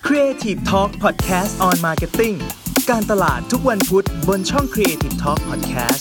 Creative Talk Podcast on Marketing การตลาดทุกวันพุธบนช่อง Creative Talk Podcast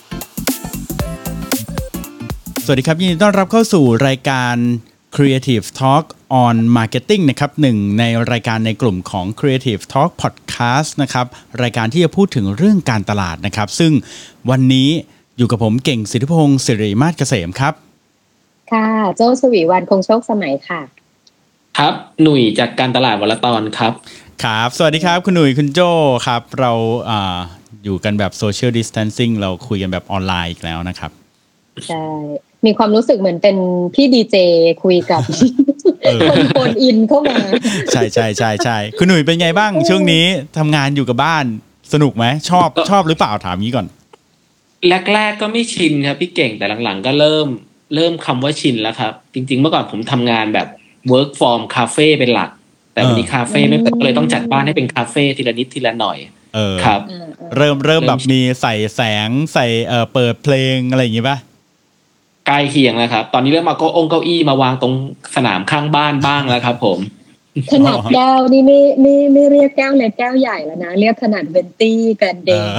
สวัสดีครับยินดีต้อนรับเข้าสู่รายการ Creative Talk on Marketing นะครับหนึ่งในรายการในกลุ่มของ Creative Talk Podcast นะครับรายการที่จะพูดถึงเรื่องการตลาดนะครับซึ่งวันนี้อยู่กับผมเก่งสิทธิพงศ์สิริมาศเกษมครับค่ะโจ้ชวีวรรณคงโชคสมัยค่ะครับหนุ่ยจากการตลาดวรตอนครับครับสวัสดีครับคุณหนุ่ยคุณโจ้ครับเราอยู่กันแบบ Social Distancing เราคุยกันแบบออนไลน์อีกแล้วนะครับใช่มีความรู้สึกเหมือนเป็นพี่ดีเจคุยกับคนโฟนอินเข้ามาใช่ใช่ใช่ใช่คุณหนุ่ยเป็นไงบ้างช่วงนี้ทำงานอยู่กับบ้านสนุกไหมชอบหรือเปล่าถามงี้ก่อนแรกๆก็ไม่ชินครับพี่เก่งแต่หลังๆก็เริ่มคำว่าชินแล้วครับจริงๆเมื่อก่อนผมทำงานแบบ work from cafe เป็นหลักแต่วันนี้คาเฟ่ไม่เป็นก็เลยต้องจัดบ้านให้เป็นคาเฟ่ทีละนิดทีละหน่อยครับเริ่มแบบมีใส่แสงใส่เปิดเพลงอะไรอย่างงี้ป่ะใกล้เคียงแล้วครับตอนนี้เริ่มเอาเก้าอี้มาวางตรงสนามข้างบ้านบ้างแล้วครับผมขนาดแก้วนี่ไม่เรียกแก้วเล็กแก้วใหญ่แล้วนะเรียกขนาดเวนตี้แกรนเดย์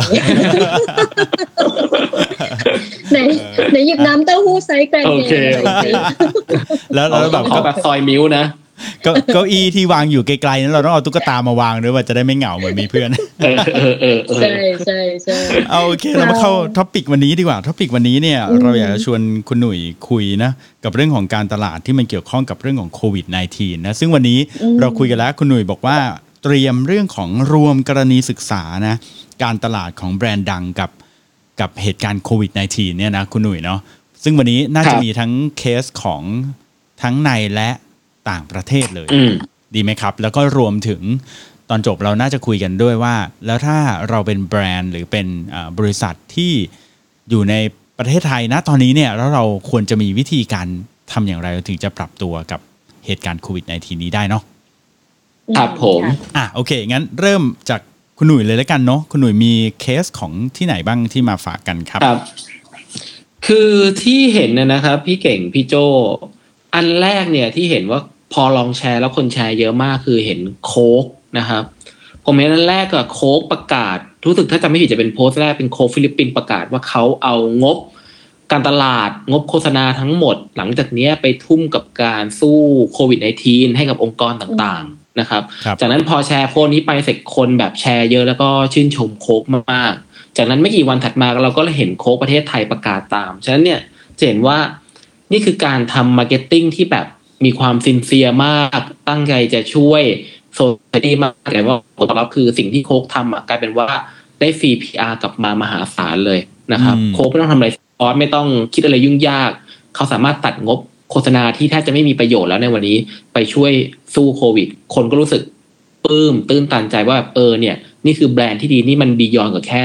ไหนหยิบน้ำเต้าหู้ไซส์แกรนเดย์แล้วแบบซอยมิ้วนะเก้าอี้ที่วางอยู่ไกลๆนั้นเราต้องเอาตุ๊กตามาวางด้วยว่าจะได้ไม่เหงาเหมือนมีเพื่อนใช่ใช่ใช่โอเคเรามาเข้าท็อปิกวันนี้ดีกว่าท็อปิกวันนี้เนี่ยเราอยากจะชวนคุณหนุ่ยคุยนะกับเรื่องของการตลาดที่มันเกี่ยวข้องกับเรื่องของโควิด -19 นะซึ่งวันนี้เราคุยกันแล้วคุณหนุ่ยบอกว่าเตรียมเรื่องของรวมกรณีศึกษานะการตลาดของแบรนด์ดังกับเหตุการณ์โควิด -19 เนี่ยนะคุณหนุ่ยเนาะซึ่งวันนี้น่าจะมีทั้งเคสของทั้งในและต่างประเทศเลยดีไหมครับแล้วก็รวมถึงตอนจบเราน่าจะคุยกันด้วยว่าแล้วถ้าเราเป็นแบรนด์หรือเป็นบริษัทที่อยู่ในประเทศไทยนะตอนนี้เนี่ยแล้วเราควรจะมีวิธีการทำอย่างไรถึงจะปรับตัวกับเหตุการณ์โควิด -19 นี้ได้เนาะครับผมโอเคงั้นเริ่มจากคุณหนุ่ยเลยแล้วกันเนาะคุณหนุ่ยมีเคสของที่ไหนบ้างที่มาฝากกันครับครับคือที่เห็นนะครับพี่เก่งพี่โจอันแรกเนี่ยที่เห็นว่าพอลองแชร์แล้วคนแชร์เยอะมากคือเห็นโค้กนะครับผมเห็นอันแรกก็โค้กประกาศรู้สึกถ้าจำไม่ผิดจะเป็นโพสต์แรกเป็นโค้กฟิลิปปินส์ประกาศว่าเขาเอางบการตลาดงบโฆษณาทั้งหมดหลังจากนี้ไปทุ่มกับการสู้โควิด -19 ให้กับองค์กรต่างๆนะครับจากนั้นพอแชร์โพสต์นี้ไปเสร็จคนแบบแชร์เยอะแล้วก็ชื่นชมโค้กมากๆจากนั้นไม่กี่วันถัดมาเราก็เห็นโค้กประเทศไทยประกาศตามฉะนั้นเนี่ยจะเห็นว่านี่คือการทำมาร์เก็ตติ้งที่แบบมีความซินเซียร์มากตั้งใจจะช่วยโซเชียลมากแต่ว่าผลตอบรับคือสิ่งที่โค้กทำกลายเป็นว่าได้ฟรี PR กลับมามหาศาลเลยนะครับโค้กไม่ต้องทำอะไรไม่ต้องคิดอะไรยุ่งยากเขาสามารถตัดงบโฆษณาที่แทบจะไม่มีประโยชน์แล้วในวันนี้ไปช่วยสู้โควิดคนก็รู้สึกปลื้มตื้นตันใจว่าเนี่ยนี่คือแบรนด์ที่ดีนี่มันบียอนด์กว่าแค่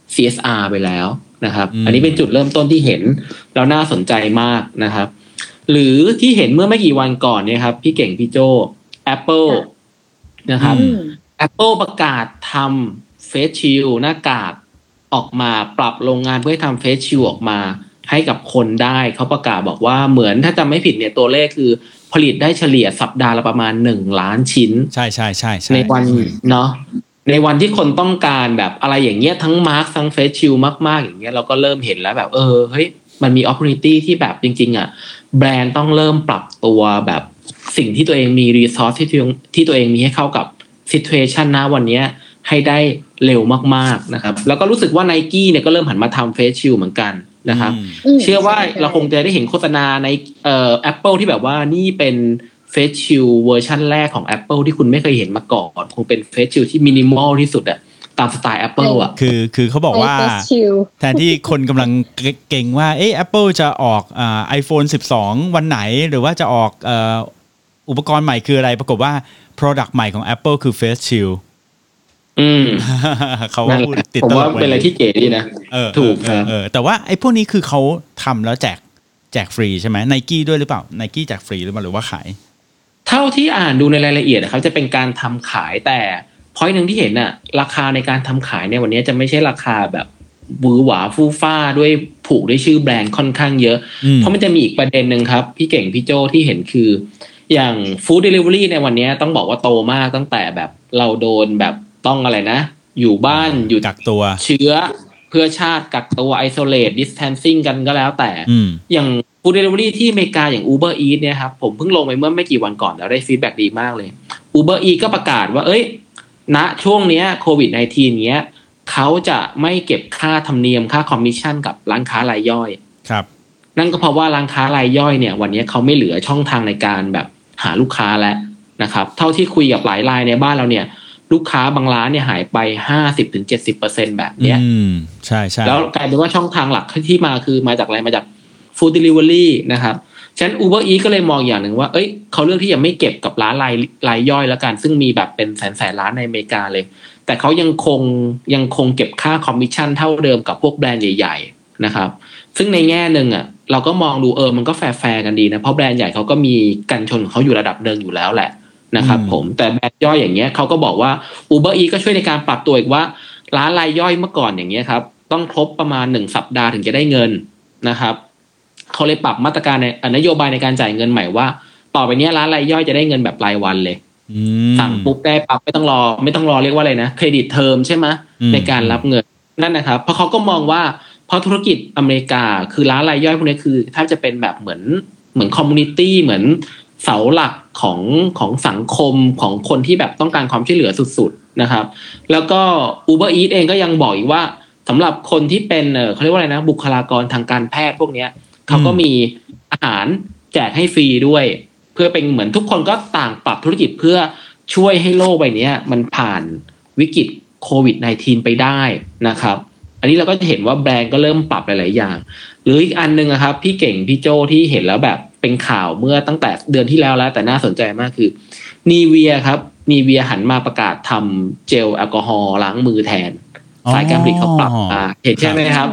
CSR ไปแล้วนะครับอันนี้เป็นจุดเริ่มต้นที่เห็นแล้วน่าสนใจมากนะครับหรือที่เห็นเมื่อไม่กี่วันก่อนเนี่ยครับพี่เก่งพี่โจ Apple นะครับ Apple ประกาศทำ Face Shield หน้ากากออกมาปรับโรงงานเพื่อทำ Face Shield ออกมาให้กับคนได้เขาประกาศบอกว่าเหมือนถ้าจำไม่ผิดเนี่ยตัวเลขคือผลิตได้เฉลี่ยสัปดาห์ละประมาณ1ล้านชิ้นใช่ในวันเนาะในวันที่คนต้องการแบบอะไรอย่างเงี้ยทั้งมาร์คทั้ง Face Shield มากๆอย่างเงี้ยเราก็เริ่มเห็นแล้วแบบเฮ้ยมันมี opportunity ที่แบบจริงๆแบรนด์ต้องเริ่มปรับตัวแบบสิ่งที่ตัวเองมี resource ที่ตัวเองมีให้เข้ากับ situation นะวันนี้ให้ได้เร็วมากๆนะครับแล้วก็รู้สึกว่า Nike เนี่ยก็เริ่มหันมาทำ Face Shield เหมือนกันนะครับเชื่อว่าเราคงจะได้เห็นโฆษณาในApple ที่แบบว่านี่เป็น Face Shield เวอร์ชันแรกของ Apple ที่คุณไม่เคยเห็นมาก่อนคงเป็น Face Shield ที่ minimal ที่สุดตามสไตล์ Apple คือเขาบอกว่าแทนที่คนกำลังเก่งว่าApple จะออกiPhone 12 วันไหนหรือว่าจะออกอุปกรณ์ใหม่คืออะไรปรากฏว่า product ใหม่ของ Apple คือ Face Shield เขาว่าติดตลกผมว่าเป็นอะไรที่เก๋ดีนะถูกแต่ว่าไอ้พวกนี้คือเขาทำแล้วแจกฟรีใช่ไหม Nike ด้วยหรือเปล่า Nike แจกฟรีหรือเปล่าหรือว่าขายเท่าที่อ่านดูในรายละเอียดเขาจะเป็นการทำขายแต่point นึงที่เห็นราคาในการทำขายในวันนี้จะไม่ใช่ราคาแบบหวือหวาฟู่ฟ้าด้วยผูกด้วยชื่อแบรนด์ค่อนข้างเยอะเพราะมันจะมีอีกประเด็นนึงครับพี่เก่งพี่โจที่เห็นคืออย่างฟู้ดเดลิเวอรี่ในวันนี้ต้องบอกว่าโตมากตั้งแต่แบบเราโดนแบบต้องอะไรนะอยู่บ้านอยู่กักตัวเชื้อเพื่อชาติกักตัว isolate distancing กันก็แล้วแต่อย่างฟู้ดเดลิเวอรี่ที่อเมริกาอย่าง Uber Eats เนี่ยครับผมเพิ่งลงไปเมื่อไม่กี่วันก่อนแล้วได้ฟีดแบ็กดีมากเลย Uber Eats ก็ประกาศว่าณช่วงเนี้ยโควิด -19 เงี้ยเขาจะไม่เก็บค่าธรรมเนียมค่าคอมมิชชั่นกับร้านค้ารายย่อยครับนั่นก็เพราะว่าร้านค้ารายย่อยเนี่ยวันนี้เขาไม่เหลือช่องทางในการแบบหาลูกค้าแล้วนะครับเท่าที่คุยกับหลายรายในบ้านเราเนี่ยลูกค้าบางร้านเนี่ยหายไป 50-70% แบบเนี้ยใช่ๆแล้วกลายเป็นว่าช่องทางหลักที่มาคือมาจากอะไรมาจากฟู้ดเดลิเวอรี่นะครับฉะนั้น Uber Eats ก็เลยมองอย่างหนึ่งว่าเขาเลือกที่จะไม่เก็บกับร้านรายย่อยแล้วกันซึ่งมีแบบเป็นแสนร้านในอเมริกาเลยแต่เขายังคงเก็บค่าคอมมิชชั่นเท่าเดิมกับพวกแบรนด์ใหญ่ๆนะครับซึ่งในแง่นึงอ่ะเราก็มองดูมันก็แฟร์กันดีนะเพราะแบรนด์ใหญ่เขาก็มีกันชนเขาอยู่ระดับนึงอยู่แล้วแหละนะครับผมแต่แบรนด์ย่อยอย่างเงี้ยเขาก็บอกว่า Uber Eats ก็ช่วยในการปรับตัวอีกว่าร้านรายย่อยเมื่อก่อนอย่างเงี้ยครับต้องครบประมาณ1สัปดาห์ถึงจะได้เงินนะครับเขาเลยปรับมาตรการในนโยบายในการจ่ายเงินใหม่ว่าต่อไปนี้ร้านรายย่อยจะได้เงินแบบรายวันเลยสั่งปุ๊บได้ปั๊บไม่ต้องรอเรียกว่าอะไรนะเครดิตเทอมใช่ไหมในการรับเงินนั่นนะครับเพราะเขาก็มองว่าเพราะธุรกิจอเมริกาคือร้านรายย่อยพวกนี้คือถ้าจะเป็นแบบเหมือนคอมมูนิตี้เหมือนเสาหลักของสังคมของคนที่แบบต้องการความช่วยเหลือสุดๆนะครับแล้วก็ Uber Eats เองก็ยังบอกอีกว่าสำหรับคนที่เป็นเขาเรียกว่าอะไรนะบุคลากรทางการแพทย์พวกนี้เขาก็มีอาหารแจกให้ฟรีด้วยเพื่อเป็นเหมือนทุกคนก็ต่างปรับธุรกิจเพื่อช่วยให้โลกใบนี้มันผ่านวิกฤตโควิด -19 ไปได้นะครับอันนี้เราก็จะเห็นว่าแบรนด์ก็เริ่มปรับหลายๆอย่างหรืออีกอันนึงครับพี่เก่งพี่โจที่เห็นแล้วแบบเป็นข่าวเมื่อตั้งแต่เดือนที่แล้วแต่น่าสนใจมากคือนีเวียครับนีเวียหันมาประกาศทำเจลแอลกอฮอล์ล้างมือแทนสายการผลิตเขาปรับเห็นใช่ไหมครับ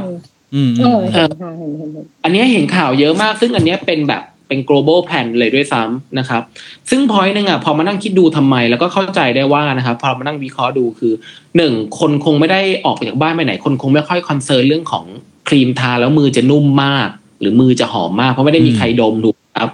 อันนี้เห็นข่าวเยอะมากซึ่งอันนี้เป็น global plan เลยด้วยซ้ำนะครับซึ่ง point นึงพอมานั่งคิดดูทำไมแล้วก็เข้าใจได้ว่านะครับพอมานั่งวิเคราะห์ดูคือ1คนคงไม่ได้ออกไปจากบ้านไปไหนคนคงไม่ค่อยคอนเซิร์นเรื่องของครีมทาแล้วมือจะนุ่มมากหรือมือจะหอมมากเพราะไม่ได้มีใครดมถูกครับ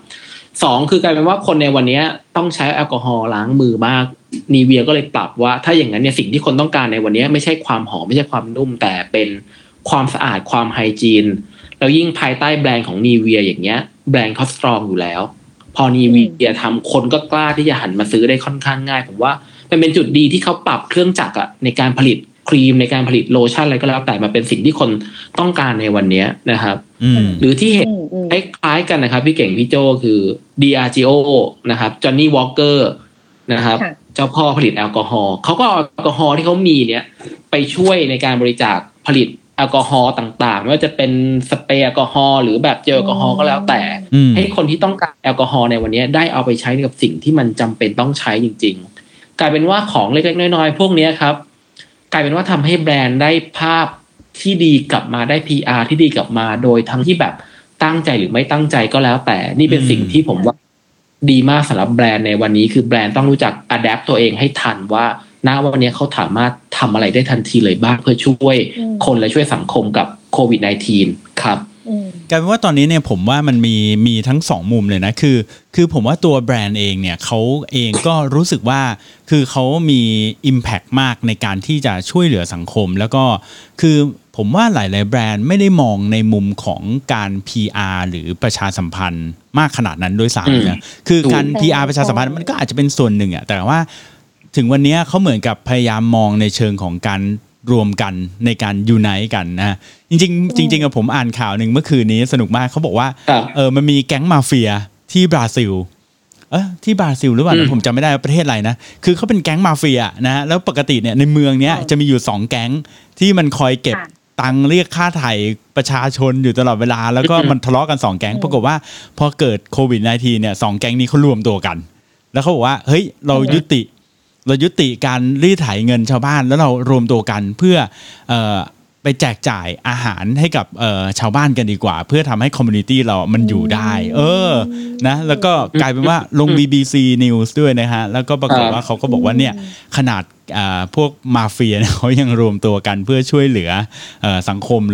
2คือกลายเป็นว่าคนในวันนี้ต้องใช้แอลกอฮอล์ล้างมือมากนีเวียก็เลยปรับว่าถ้าอย่างนั้นเนี่ยสิ่งที่คนต้องการในวันนี้ไม่ใช่ความหอมไม่ใช่ความนุ่มแต่เป็นความสะอาดความไฮจีนแล้วยิ่งภายใต้แบรนด์ของนีเวียอย่างเงี้ยแบรนด์เขาสตรองอยู่แล้วพอนีเวียทำคนก็กล้าที่จะหันมาซื้อได้ค่อนข้างง่ายผมว่ามันเป็นจุดดีที่เขาปรับเครื่องจักรในการผลิตครีมในการผลิตโลชั่นอะไรก็แล้วแต่มาเป็นสิ่งที่คนต้องการในวันนี้นะครับหรือที่เห็นคล้ายกันนะครับพี่เก่งพี่โจคือ Diageo นะครับจอห์นนี่วอลเกอร์นะครับเจ้าพ่อผลิตแอลกอฮอล์เขาก็เอาแอลกอฮอล์ที่เขามีเนี่ยไปช่วยในการบริจาคผลิตแอลกอฮอล์ต่างๆไม่ว่าจะเป็นสเปรย์แอลกอฮอล์หรือแบบเจลแอลกอฮอล์ก็แล้วแต่ให้คนที่ต้องการแอลกอฮอล์ในวันนี้ได้เอาไปใช้กับสิ่งที่มันจำเป็นต้องใช้จริงๆกลายเป็นว่าของเล็กๆน้อยๆพวกนี้ครับกลายเป็นว่าทำให้แบรนด์ได้ภาพที่ดีกลับมาได้ PR ที่ดีกลับมาโดยทั้งที่แบบตั้งใจหรือไม่ตั้งใจก็แล้วแต่นี่เป็นสิ่งที่ผมว่าดีมากสำหรับแบรนด์ในวันนี้คือแบรนด์ต้องรู้จัก adapt ตัวเองให้ทันว่าณวันนี้เขาสามารถทำอะไรได้ทันทีเลยบ้างเพื่อช่วยคนและช่วยสังคมกับโควิด -19 ครับกลายเป็นว่าตอนนี้เนี่ยผมว่ามันมีทั้งสองมุมเลยนะคือผมว่าตัวแบรนด์เองเนี่ยเขาเองก็รู้สึกว่าคือเขามี impact มากในการที่จะช่วยเหลือสังคมแล้วก็คือผมว่าหลายๆแบรนด์ไม่ได้มองในมุมของการ PR หรือประชาสัมพันธ์มากขนาดนั้นด้วยซ้ำนะคือการ PR ประชาสัมพันธ์มันก็อาจจะเป็นส่วนหนึ่งอะแต่ว่าถึงวันนี้เขาเหมือนกับพยายามมองในเชิงของการรวมกันในการยูไนต์กันนะจริงๆผมอ่านข่าวหนึ่งเมื่อคืนนี้สนุกมากเขาบอกว่ามันมีแก๊งมาเฟียที่บราซิลที่บราซิลหรือเปล่าผมจำไม่ได้ประเทศอะไรนะคือเขาเป็นแก๊งมาเฟียนะแล้วปกติเนี่ยในเมืองเนี้ยจะมีอยู่2แก๊งที่มันคอยเก็บตังค์เรียกค่าไถ่ประชาชนอยู่ตลอดเวลาแล้วก็มันทะเลาะกัน2แก๊งปรากฏว่าพอเกิดโควิด -19 เนี่ย2แก๊งนี้เขารวมตัวกันแล้วเขาบอกว่าเฮ้ยเรายุติการรีดไถเงินชาวบ้านแล้วเรารวมตัวกันเพื่อไปแจกจ่ายอาหารให้กับชาวบ้านกันดีกว่าเพื่อทำให้คอมมูนิตี้เรามันอยู่ได้นะแล้วก็กลายเป็นว่าลง BBC News ด้วยนะฮะแล้วก็ปรากฏว่าเขาก็บอกว่าเนี่ยขนาดพวกมาเฟียเขายังรวมตัวกันเพื่อช่วยเหลือสังคมเลย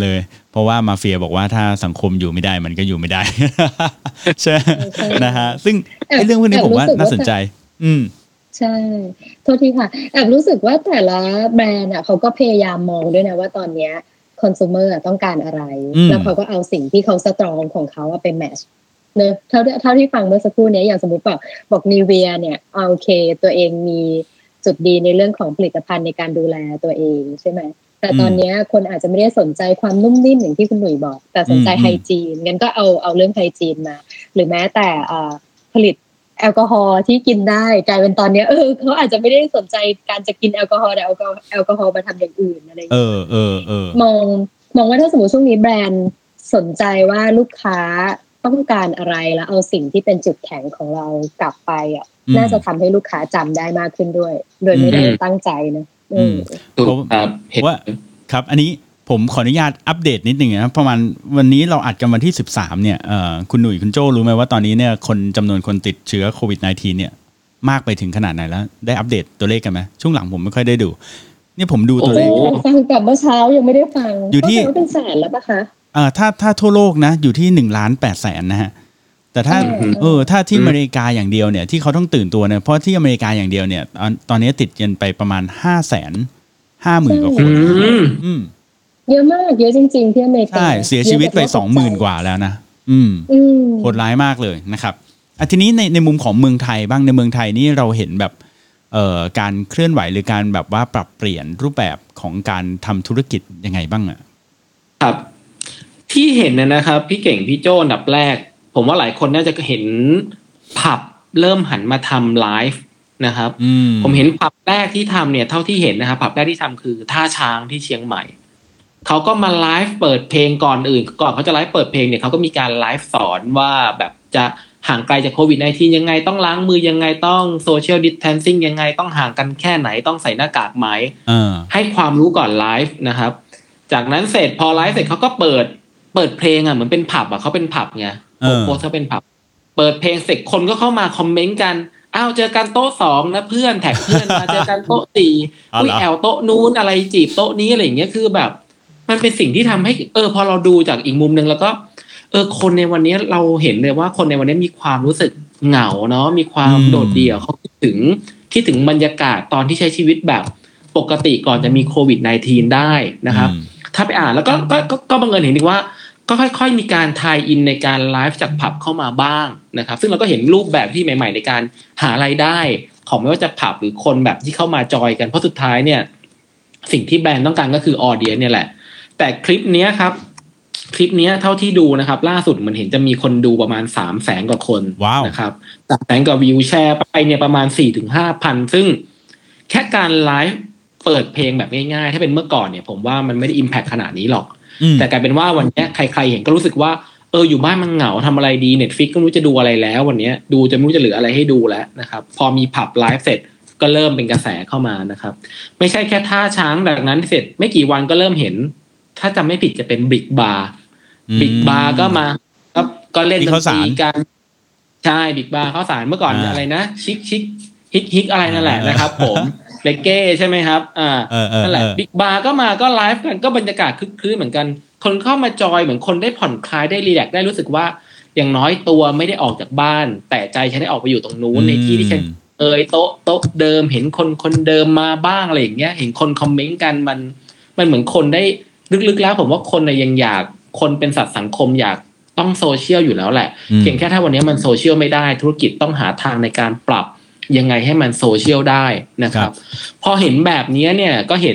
เพราะว่ามาเฟียบอกว่าถ้าสังคมอยู่ไม่ได้มันก็อยู่ไม่ได้ ใช่นะฮะซึ่งไอ้เรื่องพวกนี้ผมว่าน่าสนใจใช่โทษทีค่ะแอบรู้สึกว่าแต่ละแบรนด์เขาก็พยายามมองด้วยนะว่าตอนเนี้ยคอน sumer ต้องการอะไรแล้วเขาก็เอาสิ่งที่เขาสตรองของเขาไปแมทช์เนอะเท่าที่ฟังเมื่อสักครู่นี้อย่างสมมุติบอกนิเวียเนี่ยโอเคตัวเองมีจุดดีในเรื่องของผลิตภัณฑ์ในการดูแลตัวเองใช่ไหมแต่ตอนนี้คนอาจจะไม่ได้สนใจความนุ่มนิ่มอย่างที่คุณหนุ่ยบอกแต่สนใจไฮจีนงั้นก็เอาเรื่องไฮจีนมาหรือแม้แต่ผลิตแอลกอฮอล์ที่กินได้กลายเป็นตอนนี้เขาอาจจะไม่ได้สนใจการจะกินแอลกอฮอล์แต่เอาแอลกอฮอล์มาทำอย่างอื่นอะไรอย่างเงี้ยมองว่าถ้าสมมติช่วงนี้แบรนด์สนใจว่าลูกค้าต้องการอะไรแล้วเอาสิ่งที่เป็นจุดแข็งของเรากลับไปน่าจะทำให้ลูกค้าจำได้มากขึ้นด้วยโดยไม่ได้ตั้งใจนะว่าครับอันนี้ผมขออนุญาตอัปเดตนิดนึงนะประมาณวันนี้เราอัดกันวันที่13เนี่ยคุณหนุ่ยคุณโจ้รู้ไหมว่าตอนนี้เนี่ยจำนวนคนติดเชื้อโควิด -19 เนี่ยมากไปถึงขนาดไหนแล้วได้อัปเดตตัวเลขกันไหมช่วงหลังผมไม่ค่อยได้ดูนี่ผมดูตัวเลขฟังกลับเมื่อเช้ายังไม่ได้ฟังอยู่ที่เป็นแสนแล้วป่ะคะถ้าทั่วโลกนะอยู่ที่ 1,800,000 นะฮะแต่ถ้าที่อเมริกาอย่างเดียวเนี่ยที่เขาต้องตื่นตัวเนี่ยเพราะที่อเมริกาอย่างเดียวเนี่ยตอนนี้ติดกันไปประมาณ 550,000 กว่าคนเยอะมากเยอะจริงๆที่อเมริกาใช่เสียชีวิตไป 20,000 กว่าแล้วนะโหดร้ายมากเลยนะครับทีนี้ในมุมของเมืองไทยบ้างในเมืองไทยนี่เราเห็นแบบการเคลื่อนไหวหรือการแบบว่าปรับเปลี่ยนรูปแบบของการทำธุรกิจยังไงบ้างครับที่เห็นนะครับพี่เก่งพี่โจ้อันดับแรกผมว่าหลายคนน่าจะเห็นผับเริ่มหันมาทำไลฟ์นะครับผมเห็นผับแรกที่ทำเนี่ยเท่าที่เห็นนะครับผับแรกที่ทำคือท่าช้างที่เชียงใหม่เขาก็มาไลฟ์เปิดเพลงก่อนเขาจะไลฟ์เปิดเพลงเนี่ยเขาก็มีการไลฟ์สอนว่าแบบจะห่างไกลจากโควิด -19 ยังไงต้องล้างมือยังไงต้องโซเชียลดิสแทนซิ่งยังไงต้องห่างกันแค่ไหนต้องใส่หน้ากากไหมให้ความรู้ก่อนไลฟ์นะครับจากนั้นเสร็จพอไลฟ์เสร็จเขาก็เปิดเพลงเหมือนเป็นผับเขาเป็นผับไงโพสเขาเป็นผับเปิดเพลงเสร็จคนก็เข้ามาคอมเมนต์กันเจอกันโต๊ะ2นะเพื่อนแท็กเพื่อนมาเจอกันโต๊ะ4อุ้ยแอลโต๊ะนู้นอะไรจีบโต๊ะนี้อะไรอย่างเงี้ยคือแบบมันเป็นสิ่งที่ทำให้พอเราดูจากอีกมุมนึงแล้วก็คนในวันนี้เราเห็นเลยว่าคนในวันนี้มีความรู้สึกเหงาเนาะมีความโดดเดี่ยวเขาคิดถึงบรรยากาศตอนที่ใช้ชีวิตแบบปกติก่อนจะมีโควิด -19 ได้นะครับถ้าไปอ่านแล้วก็บังเอิญเห็นดีว่าก็ค่อยๆมีการไทยอินในการไลฟ์จากผับเข้ามาบ้างนะครับซึ่งเราก็เห็นรูปแบบที่ใหม่ๆในการหารายได้ของไม่ว่าจะผับหรือคนแบบที่เข้ามาจอยกันเพราะสุดท้ายเนี่ยสิ่งที่แบรนด์ต้องการก็คือออเดียนเนี่ยแหละแต่คลิปนี้ครับคลิปนี้เท่าที่ดูนะครับล่าสุดมันเห็นจะมีคนดูประมาณ 300,000 กว่าคนนะครับ 300,000 กว่าวิวแชร์ไปเนี่ยประมาณ 4-5,000 ซึ่งแค่การไลฟ์เปิดเพลงแบบง่ายๆถ้าเป็นเมื่อก่อนเนี่ยผมว่ามันไม่ได้อิมแพคขนาดนี้หรอกแต่กลายเป็นว่าวันนี้ใครๆเห็นก็รู้สึกว่าอยู่บ้านมันเหงาทำอะไรดี Netflix ก็ไม่รู้จะดูอะไรแล้ววันนี้ดูจะไม่รู้จะเหลืออะไรให้ดูแล้วนะครับพอมีผับไลฟ์เสร็จก็เริ่มเป็นกระแสเข้ามานะครับไม่ใช่แค่ท่าช้างแบบนั้นเสร็จไม่กี่วันก็เริ่มเห็นถ้าจำไม่ผิดจะเป็นบิ๊กบาร์ก็มาก็เล่นดนตรีกันใช่บิ๊กบาร์ข้าวสารเมื่อก่อนอะไรนะชิคฮิกอะไรนั่นแหละนะครับผมเลเก้ใช่ไหมครับนั่นแหละบิ๊กบาร์ก็มาก็ไลฟ์กันก็บรรยากาศคึกคืนเหมือนกันคนเข้ามาจอยเหมือนคนได้ผ่อนคลายได้รีแลกซ์ได้รู้สึกว่าอย่างน้อยตัวไม่ได้ออกจากบ้านแต่ใจฉันได้ออกไปอยู่ตรงนู้นในที่ที่ฉันโต๊ะเดิมเห็นคนเดิมมาบ้างอะไรอย่างเงี้ยเห็นคนคอมเมนต์กันมันเหมือนคนได้ลึกๆแล้วผมว่าคนยังอยากคนเป็นสัตว์สังคมอยากต้องโซเชียลอยู่แล้วแหละเพียงแค่ถ้าวันนี้มันโซเชียลไม่ได้ธุรกิจต้องหาทางในการปรับยังไงให้มันโซเชียลได้นะครับพอเห็นแบบนี้เนี่ยก็เห็น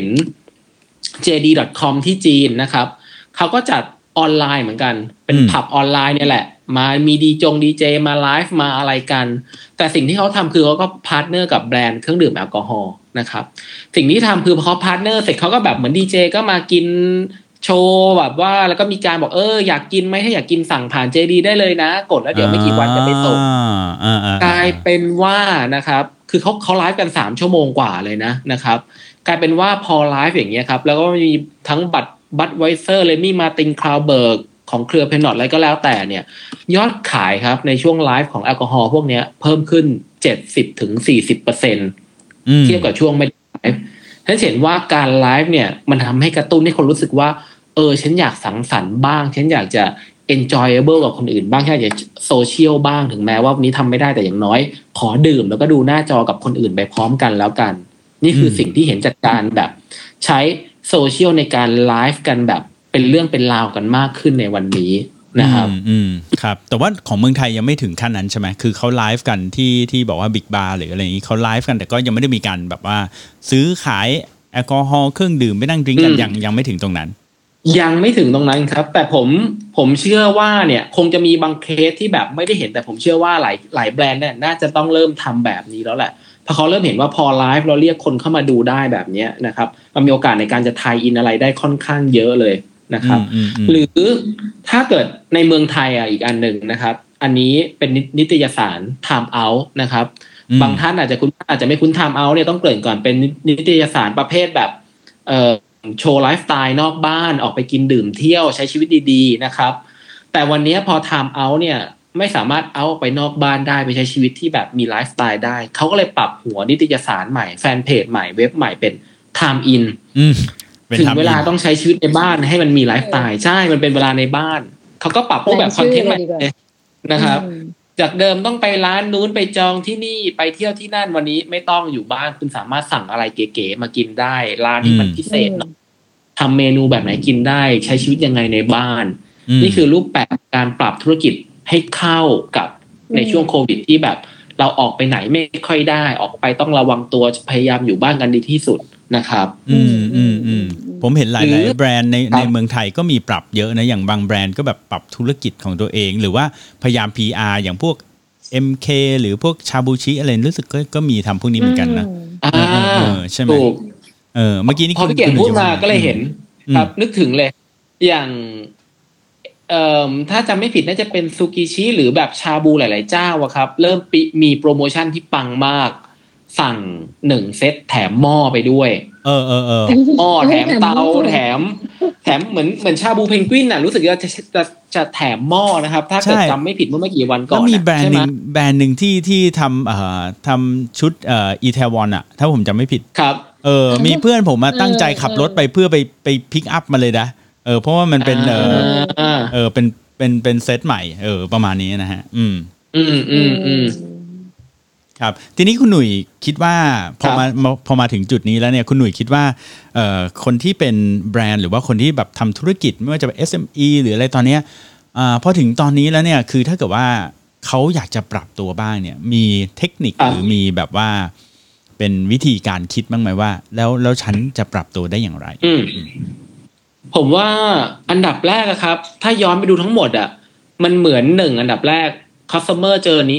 JD.com ที่จีนนะครับเขาก็จัดออนไลน์เหมือนกันเป็นผับออนไลน์เนี่ยแหละมามีดีเจมาไลฟ์มาอะไรกันแต่สิ่งที่เขาทำคือเขาก็พาร์ทเนอร์กับแบรนด์เครื่องดื่มแอลกอฮอล์นะครับสิ่งที่ทำคือพอเขาพาร์ทเนอร์เสร็จเขาก็แบบเหมือนดีเจก็มากินโชว์แบบว่าแล้วก็มีการบอกอยากกินไหมถ้าอยากกินสั่งผ่าน JD ได้เลยนะกดแล้วเดี๋ยวไม่กี่วันจะไปส่งกลายเป็นว่านะครับคือเขาไลฟ์กัน3 ชั่วโมงกว่าเลยนะครับกลายเป็นว่าพอไลฟ์อย่างเงี้ยครับแล้วก็มีทั้งบัตไวเซอร์เลมี่มาตินคราวเบิร์กของเครือเพนนอตอะไรก็แล้วแต่เนี่ยยอดขายครับในช่วงไลฟ์ของแอลกอฮอล์พวกนี้เพิ่มขึ้น 70-40% เทียบกับช่วงไม่ไลฟ์ท่านเห็นว่าการไลฟ์เนี่ยมันทำให้กระตุ้นให้คนรู้สึกว่าฉันอยากสังสรรค์บ้างฉันอยากจะ enjoyable กับคนอื่นบ้างฉันอยากจะโซเชียลบ้างถึงแม้ว่าวันนี้ทำไม่ได้แต่อย่างน้อยขอดื่มแล้วก็ดูหน้าจอกับคนอื่นไปพร้อมกันแล้วกันนี่คือสิ่งที่เห็นจากการแบบใช้โซเชียลในการไลฟ์กันแบบเป็นเรื่องเป็นราวกันมากขึ้นในวันนี้นะครับครับแต่ว่าของเมืองไทยยังไม่ถึงขั้นนั้นใช่ไหมคือเขาไลฟ์กันที่บอกว่าบิ๊กบาร์หรืออะไรอย่างนี้เขาไลฟ์กันแต่ก็ยังไม่ได้มีการแบบว่าซื้อขายแอลกอฮอล์เครื่องดื่มไปนั่งดื่มกันยังไม่ถึงตรงนั้นยังไม่ถึงตรงนั้นครับแต่ผมเชื่อว่าเนี่ยคงจะมีบางเคสที่แบบไม่ได้เห็นแต่ผมเชื่อว่าหลายแบรนด์เนี่ยน่าจะต้องเริ่มทำแบบนี้แล้วแหละเพราะเขาเริ่มเห็นว่าพอไลฟ์เราเรียกคนเข้ามาดูได้แบบนี้นะครับมันมีโอกาสในการจะไทยอินอะไรได้ค่อนข้างเยอะเลยนะครับหรือถ้าเกิดในเมืองไทยอีกอันหนึ่งนะครับอันนี้เป็นนิตยสาร Time Out นะครับบางท่านอาจจะไม่คุ้น Time Out เนี่ยต้องเกริ่นก่อนเป็นนิตยสารประเภทแบบโชว์ไลฟ์สไตล์นอกบ้านออกไปกินดื่มเที่ยวใช้ชีวิตดีๆนะครับแต่วันนี้พอ Time Out เนี่ยไม่สามารถเอาไปนอกบ้านได้ไปใช้ชีวิตที่แบบมีไลฟ์สไตล์ได้เขาก็เลยปรับหัวนิตยสารใหม่แฟนเพจใหม่เว็บใหม่เป็น Time Inถึงเวลาต้องใช้ชีวิตในบ้านให้มันมีไลฟ์สไตล์ใช่มันเป็นเวลาในบ้านเขาก็ปรับรูปแบบคอนเทนต์ใหม่นะครับจากเดิมต้องไปร้านนู้นไปจองที่นี่ไปเที่ยวที่นั่นวันนี้ไม่ต้องอยู่บ้านคุณสามารถสั่งอะไรเก๋ๆมากินได้ร้านที่มันพิเศษทำเมนูแบบไหนกินได้ใช้ชีวิตยังไงในบ้านนี่คือรูปแบบการปรับธุรกิจให้เข้ากับในช่วงโควิดที่แบบเราออกไปไหนไม่ค่อยได้ออกไปต้องระวังตัวพยายามอยู่บ้านกันดีที่สุดนะครับผมเห็นหลายๆแบรนด์ในเมืองไทยก็มีปรับเยอะนะอย่างบางแบรนด์ก็แบบปรับธุรกิจของตัวเองหรือว่าพยายาม PR อย่างพวก MK หรือพวกชาบูชิอะไรรู้สึกก็มีทำพวกนี้เหมือนกันนะใช่ไหมเมื่อกี้นี่พอพี่เก่งพูดมาก็เลยเห็นครับนึกถึงเลยอย่างถ้าจำไม่ผิดน่าจะเป็นซูกิชิหรือแบบชาบูหลายๆเจ้าอะครับเริ่มมีโปรโมชั่นที่ปังมากสั่ง1เซตแถมหม้อไปด้วยหม้อแถมเตาแถมเหมือนชาบูเพนกวินน่ะรู้สึกว่าจะแถมหม้อนะครับถ้าเกิดจำไม่ผิดเมื่อกี่วันก่อนแล้วมีแบรนด์หนึ่งที่ทำชุดอีเทวอนอะถ้าผมจำไม่ผิดครับมีเพื่อนผมมาตั้งใจขับรถไปเพื่อไปพิกอัพมาเลยนะเพราะว่ามันเป็นเป็นเซตใหม่ประมาณนี้นะฮะครับทีนี้คุณหนุ่ยคิดว่าพอมาถึงจุดนี้แล้วเนี่ยคุณหนุ่ยคิดว่าคนที่เป็นแบรนด์หรือว่าคนที่แบบทำธุรกิจไม่ว่าจะเป็น SME หรืออะไรตอนนี้พอถึงตอนนี้แล้วเนี่ยคือถ้าเกิดว่าเขาอยากจะปรับตัวบ้างเนี่ยมีเทคนิคหรือมีแบบว่าเป็นวิธีการคิดบ้างไหมว่าแล้วฉันจะปรับตัวได้อย่างไรผมว่าอันดับแรกครับถ้าย้อนไปดูทั้งหมดมันเหมือนอันดับแรก customer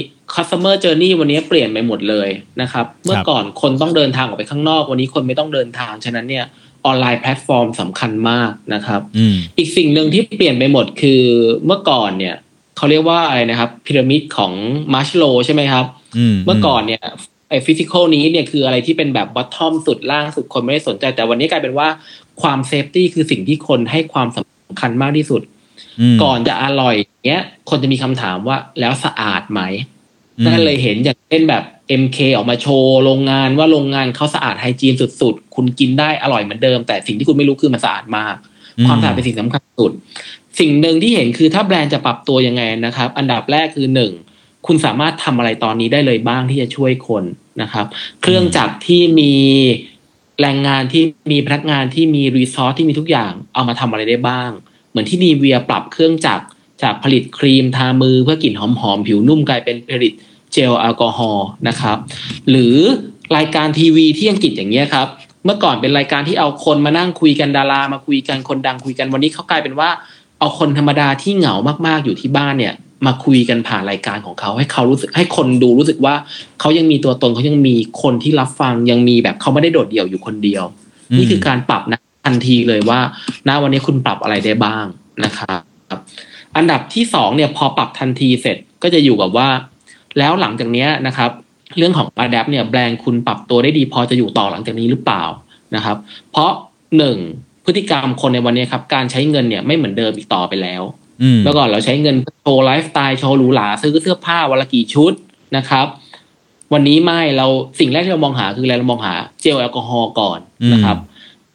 journey วันนี้เปลี่ยนไปหมดเลยนะครับเมื่อก่อนคนต้องเดินทางออกไปข้างนอกวันนี้คนไม่ต้องเดินทางฉะนั้นเนี่ยออนไลน์แพลตฟอร์มสำคัญมากนะครับอีกสิ่งหนึ่งที่เปลี่ยนไปหมดคือเมื่อก่อนเนี่ยเขาเรียกว่าอะไรนะครับพีระมิดของมัชโลว์ใช่ไหมครับเมื่อก่อนเนี่ยไอ้ฟิสิคอลนี้เนี่ยคืออะไรที่เป็นแบบบอททอมสุดล่างสุดคนไม่ได้สนใจแต่วันนี้กลายเป็นว่าความเซฟตี้คือสิ่งที่คนให้ความสำคัญมากที่สุดก่อนจะอร่อยเงี้ยคนจะมีคำถามว่าแล้วสะอาดไหมก็เลยเห็นอย่างเช่นแบบ MK ออกมาโชว์โรงงานว่าโรงงานเขาสะอาดไฮจีนสุดๆคุณกินได้อร่อยเหมือนเดิมแต่สิ่งที่คุณไม่รู้คือมันสะอาดมากความสะอาดเป็นสิ่งสำคัญสุดสิ่งหนึ่งที่เห็นคือถ้าแบรนด์จะปรับตัวยังไงนะครับอันดับแรกคือ1คุณสามารถทำอะไรตอนนี้ได้เลยบ้างที่จะช่วยคนนะครับเครื่องจักรที่มีแรงงานที่มีพนักงานที่มีรีซอสที่มีทุกอย่างเอามาทำอะไรได้บ้างเหมือนที่นีเวียปรับเครื่องจักรจากผลิตครีมทามือเพื่อกลิ่นหอมๆผิวนุ่มกลายเป็นผลิตเจลแอลกอฮอล์นะครับหรือรายการทีวีที่อังกฤษอย่างเงี้ยครับเมื่อก่อนเป็นรายการที่เอาคนมานั่งคุยกันดารามาคุยกันคนดังคุยกันวันนี้เขากลายเป็นว่าเอาคนธรรมดาที่เหงามากๆอยู่ที่บ้านเนี่ยมาคุยกันผ่านรายการของเขาให้เขารู้สึกให้คนดูรู้สึกว่าเขายังมีตัวตนเขายังมีคนที่รับฟังยังมีแบบเขาไม่ได้โดดเดี่ยวอยู่คนเดียวนี่คือการปรับนะทันทีเลยว่าณวันนี้คุณปรับอะไรได้บ้างนะครับอันดับที่2เนี่ยพอปรับทันทีเสร็จก็จะอยู่กับว่าแล้วหลังจากนี้นะครับเรื่องของ Adapt เนี่ยแบรนด์คุณปรับตัวได้ดีพอจะอยู่ต่อหลังจากนี้หรือเปล่านะครับเพราะ1พฤติกรรมคนในวันนี้ครับการใช้เงินเนี่ยไม่เหมือนเดิมอีกต่อไปแล้วเมื่อก่อนเราใช้เงินโชว์ไลฟ์สไตล์โชว์หรูหราซื้อเสื้อผ้าวันละกี่ชุดนะครับวันนี้ไม่เราสิ่งแรกที่เรามองหาคืออะไรเรามองหาเจลแอลกอฮอล์ก่อนนะครับเ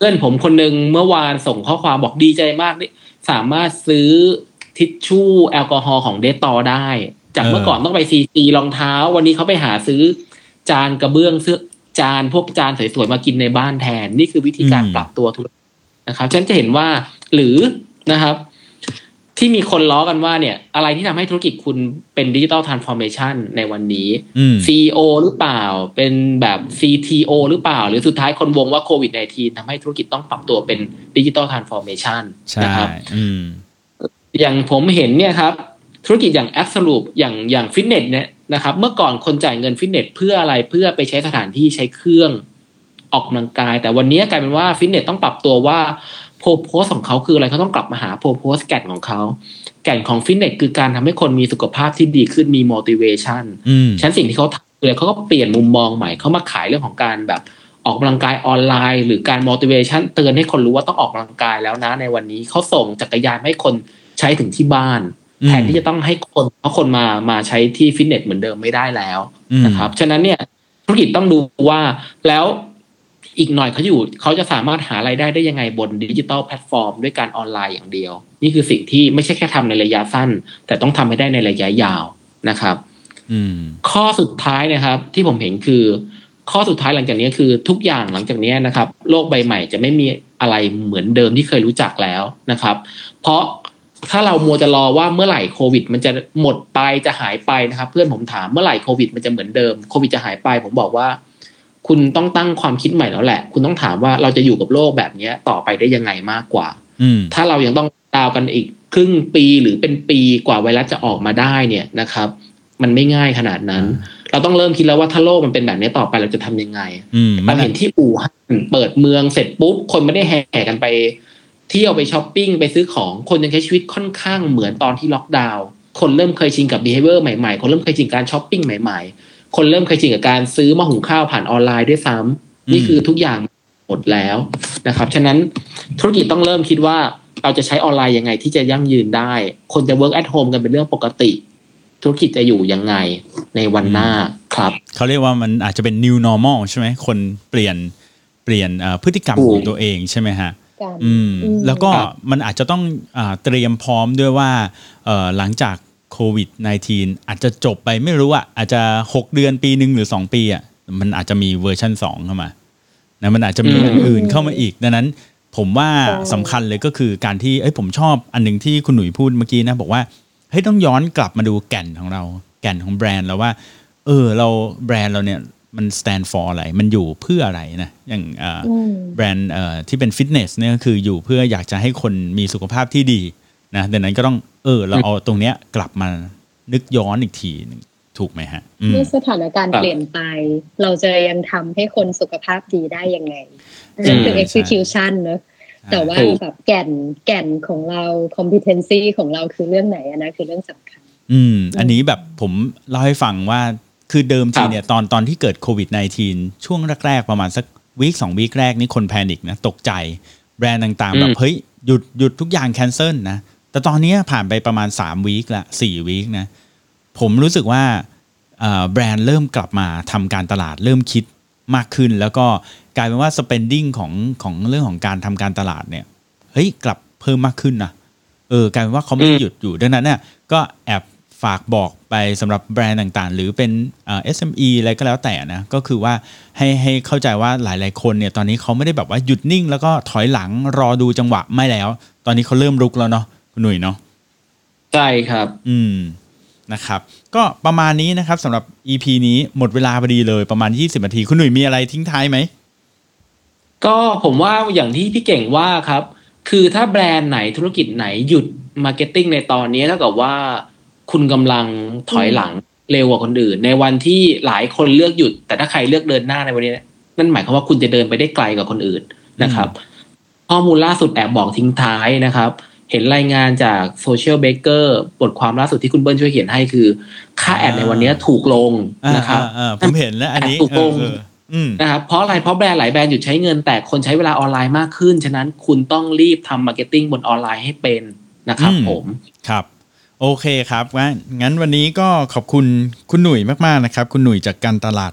พื่อนผมคนนึงเมื่อวานส่งข้อความบอกดีใจมากสามารถซื้อทิชชู่แอลกอฮอล์ของเดตตอได้จากเมื่อก่อนต้องไปซีรองเท้าวันนี้เขาไปหาซื้อจานกระเบื้องเสื้อจานพวกจานสวยๆมากินในบ้านแทนนี่คือวิธีการปรับตัวธุรกิจนะครับฉันจะเห็นว่าหรือนะครับที่มีคนล้อกันว่าเนี่ยอะไรที่ทำให้ธุรกิจคุณเป็นดิจิทัลทรานส์ฟอร์เมชันในวันนี้ CEO หรือเปล่าเป็นแบบ CTO หรือเปล่าหรือสุดท้ายคนวงว่าโควิด -19 ทำให้ธุรกิจต้องปรับตัวเป็นดิจิทัลทรานส์ฟอร์เมชันนะครับอย่างผมเห็นเนี่ยครับธุรกิจอย่าง Absolute อย่างฟิตเนสเนี่ยนะครับเมื่อก่อนคนจ่ายเงินฟิตเนสเพื่ออะไรเพื่อไปใช้สถานที่ใช้เครื่องออกกำลังกายแต่วันนี้กลายเป็นว่าฟิตเนสต้องปรับตัวว่าโพโพสของเขาคืออะไรเขาต้องกลับมาหาโพโพสแก่นของเขาแก่นของฟิตเนสคือการทำให้คนมีสุขภาพที่ดีขึ้นมี motivation ฉะนั้นสิ่งที่เขาทำเลยเขาก็เปลี่ยนมุมมองใหม่เขามาขายเรื่องของการแบบออกกำลังกายออนไลน์หรือการ motivation เตือนให้คนรู้ว่าต้องออกกำลังกายแล้วนะในวันนี้เขาส่งจักรยานให้คนใช้ถึงที่บ้านแทนที่จะต้องให้คนเพราะคนมาใช้ที่ฟิตเนสเหมือนเดิมไม่ได้แล้วนะครับฉะนั้นเนี่ยธุรกิจต้องดูว่าแล้วอีกหน่อยเขาจะสามารถหารายได้ยังไงบนดิจิทัลแพลตฟอร์มด้วยการออนไลน์อย่างเดียวนี่คือสิ่งที่ไม่ใช่แค่ทำในระยะสั้นแต่ต้องทำให้ได้ในระยะยาวนะครับข้อสุดท้ายนะครับที่ผมเห็นคือข้อสุดท้ายหลังจากนี้คือทุกอย่างหลังจากนี้นะครับโลกใบใหม่จะไม่มีอะไรเหมือนเดิมที่เคยรู้จักแล้วนะครับเพราะถ้าเรามัวจะรอว่าเมื่อไหร่โควิดมันจะหมดไปจะหายไปนะครับเพื่อนผมถามเมื่อไหร่โควิดมันจะเหมือนเดิมโควิดจะหายไปผมบอกว่าคุณต้องตั้งความคิดใหม่แล้วแหละคุณต้องถามว่าเราจะอยู่กับโลกแบบนี้ต่อไปได้ยังไงมากกว่าถ้าเรายังต้องดาวกันอีกครึ่งปีหรือเป็นปีกว่าไวรัสจะออกมาได้เนี่ยนะครับมันไม่ง่ายขนาดนั้นเราต้องเริ่มคิดแล้วว่าถ้าโลกมันเป็นแบบนี้ต่อไปเราจะทำยังไงเราเห็นที่อู่ฮั่นเปิดเมืองเสร็จปุ๊บคนไม่ได้แห่กันไปเที่ยวไปช้อปปิ้งไปซื้อของคนยังใช้ชีวิตค่อนข้างเหมือนตอนที่ล็อกดาวน์คนเริ่มเคยชินกับ behavior ใหม่ๆคนเริ่มเคยชินการช้อปปิ้งใหม่ๆคนเริ่มเคยชินกับการซื้อหม้อหุงข้าวผ่านออนไลน์ด้วยซ้ำนี่คือทุกอย่างหมดแล้วนะครับฉะนั้นธุรกิจต้องเริ่มคิดว่าเราจะใช้ออนไลน์ยังไงที่จะยั่งยืนได้คนจะ work at home กันเป็นเรื่องปกติธุรกิจจะอยู่ยังไงในวันหน้าครับเขาเรียกว่ามันอาจจะเป็น new normal ใช่ไหมคนเปลี่ยนพฤติกรรมของตัวเองใช่ไหมฮะแล้วก็มันอาจจะต้องเตรียมพร้อมด้วยว่าหลังจากโควิด -19 อาจจะจบไปไม่รู้อาจจะ6เดือนปีนึงหรือ2ปีมันอาจจะมีเวอร์ชัน2เข้ามานะมันอาจจะมีอันอื่นเข้ามาอีกดังนั้นผมว่าสำคัญเลยก็คือการที่ผมชอบอันนึงที่คุณหนุ่ยพูดเมื่อกี้นะบอกว่าต้องย้อนกลับมาดูแก่นของเราแก่นของแบรนด์แล้วว่าเราแบรนด์เราเนี่ยมัน stand for อะไรมันอยู่เพื่ออะไรนะอย่างแบรนด์ที่เป็นฟิตเนสเนี่ยก็คืออยู่เพื่ออยากจะให้คนมีสุขภาพที่ดีนะดังนั้นก็ต้องเราเอาตรงเนี้ยกลับมานึกย้อนอีกทีนึงถูกไหมฮะเมื่อสถานการณ์เปลี่ยนไปเราจะยังทำให้คนสุขภาพดีได้ยังไงนั่นคือ execution เนอะแต่ว่าแบบแก่นของเรา competency ของเราคือเรื่องไหนนะคือเรื่องสำคัญอันนี้แบบผมเล่าให้ฟังว่าคือเดิมทีเนี่ยตอนที่เกิดโควิด -19 ช่วงแรกๆประมาณสักวีค2วีคแรกนี่คนแพนิคนะตกใจแบรนด์ต่างๆแบบเฮ้ยหยุดทุกอย่างแคนเซิลนะแต่ตอนนี้ผ่านไปประมาณ3วีคละ4วีคนะผมรู้สึกว่าแบรนด์เริ่มกลับมาทำการตลาดเริ่มคิดมากขึ้นแล้วก็กลายเป็นว่า spending ของเรื่องของการทำการตลาดเนี่ยเฮ้ยกลับเพิ่มมากขึ้นนะกลายเป็นว่าเขาไม่หยุดอยู่ดังนั้นเนี่ยก็แอบฝากบอกไปสำหรับแบรนด์ต่างๆหรือเป็นSME อะไรก็แล้วแต่นะก็คือว่าให้เข้าใจว่าหลายๆคนเนี่ยตอนนี้เขาไม่ได้แบบว่าหยุดนิ่งแล้วก็ถอยหลังรอดูจังหวะไม่แล้วตอนนี้เขาเริ่มรุกแล้วเนาะคุณหนุ่ยเนาะใช่ครับนะครับก็ประมาณนี้นะครับสำหรับ EP นี้หมดเวลาพอดีเลยประมาณ20นาทีคุณหนุ่ยมีอะไรทิ้งท้ายไหมก็ผมว่าอย่างที่พี่เก่งว่าครับคือถ้าแบรนด์ไหนธุรกิจไหนหยุดมาร์เก็ตติ้งในตอนนี้เท่ากับว่าคุณกำลังถอยหลังเร็วกว่าคนอื่นในวันที่หลายคนเลือกหยุดแต่ถ้าใครเลือกเดินหน้าในวันนี้นั่นหมายความว่าคุณจะเดินไปได้ไกลกว่าคนอื่นนะครับข้อมูลล่าสุดแอบบอกทิ้งท้ายนะครับเห็นรายงานจาก Social Baker บทความล่าสุดที่คุณเบิ้ลช่วยเขียนให้คือค่าแอดในวันนี้ถูกลงนะครับผมเห็นแล้วอันนี้ถูกลงนะครับเพราะอะไรเพราะแบรนด์หลายแบรนด์หยุดใช้เงินแต่คนใช้เวลาออนไลน์มากขึ้นฉะนั้นคุณต้องรีบทำมาร์เก็ตติ้งบนออนไลน์ให้เป็นนะครับผมครับโอเคครับงั้นวันนี้ก็ขอบคุณคุณหนุ่ยมากๆนะครับคุณหนุ่ยจากการตลาด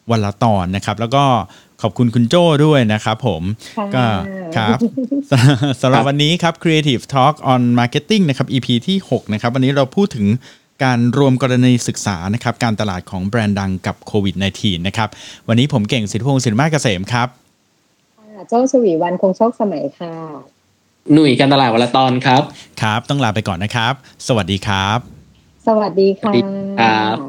วันละตอนนะครับแล้วก็ขอบคุณคุณโจ้ด้วยนะครับผมก็ครับสำหรับวันนี้ครับ Creative Talk on Marketing นะครับ EP ที่6นะครับวันนี้เราพูดถึงการรวมกรณีศึกษานะครับการตลาดของแบรนด์ดังกับโควิด -19 นะครับวันนี้ผมเก่งสิทธิพงศ์สินมาเกษมครับโจ้ชวีวรรณคงโชคสมัยค่ะหนุ่ยการตลาดวันละตอนครับครับต้องลาไปก่อนนะครับสวัสดีครับสวัสดีค่ะ